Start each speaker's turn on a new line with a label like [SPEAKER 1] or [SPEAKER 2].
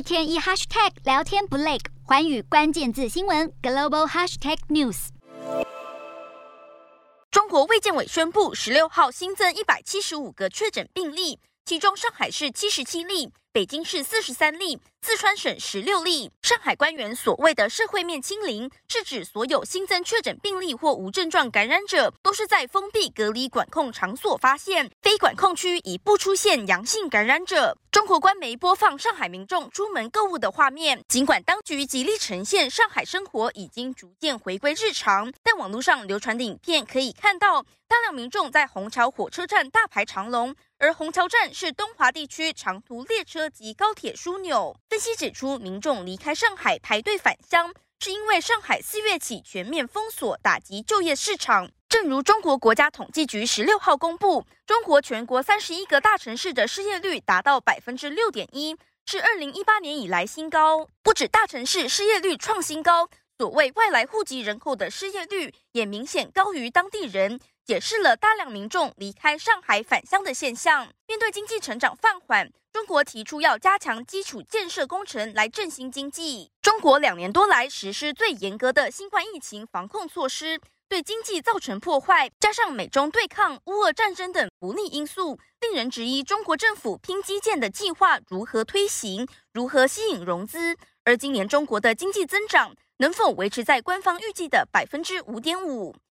[SPEAKER 1] 天一 hashtag 聊天不累，寰宇关键字新闻 global hashtag news。
[SPEAKER 2] 中国卫健委宣布，16号新增175个确诊病例，其中上海市77例，北京市43例，四川省16例。上海官员所谓的社会面清零，是指所有新增确诊病例或无症状感染者，都是在封闭隔离管控场所发现，非管控区已不出现阳性感染者。中国官媒播放上海民众出门购物的画面，尽管当局极力呈现上海生活已经逐渐回归日常，但网络上流传的影片可以看到，大量民众在虹桥火车站大排长龙，而虹桥站是东华地区长途列车及高铁枢纽。分析指出，民众离开上海排队返乡，是因为上海4月起全面封锁，打击就业市场。正如中国国家统计局16号公布，中国全国31个大城市的失业率达到 6.1%， 是2018年以来新高。不止大城市失业率创新高，所谓外来户籍人口的失业率也明显高于当地人，解释了大量民众离开上海返乡的现象。面对经济成长放缓，中国提出要加强基础建设工程来振兴经济。中国2年多来实施最严格的新冠疫情防控措施，对经济造成破坏，加上美中对抗、乌俄战争等不利因素，令人质疑中国政府拼基建的计划如何推行，如何吸引融资。而今年中国的经济增长能否维持在官方预计的 5.5%？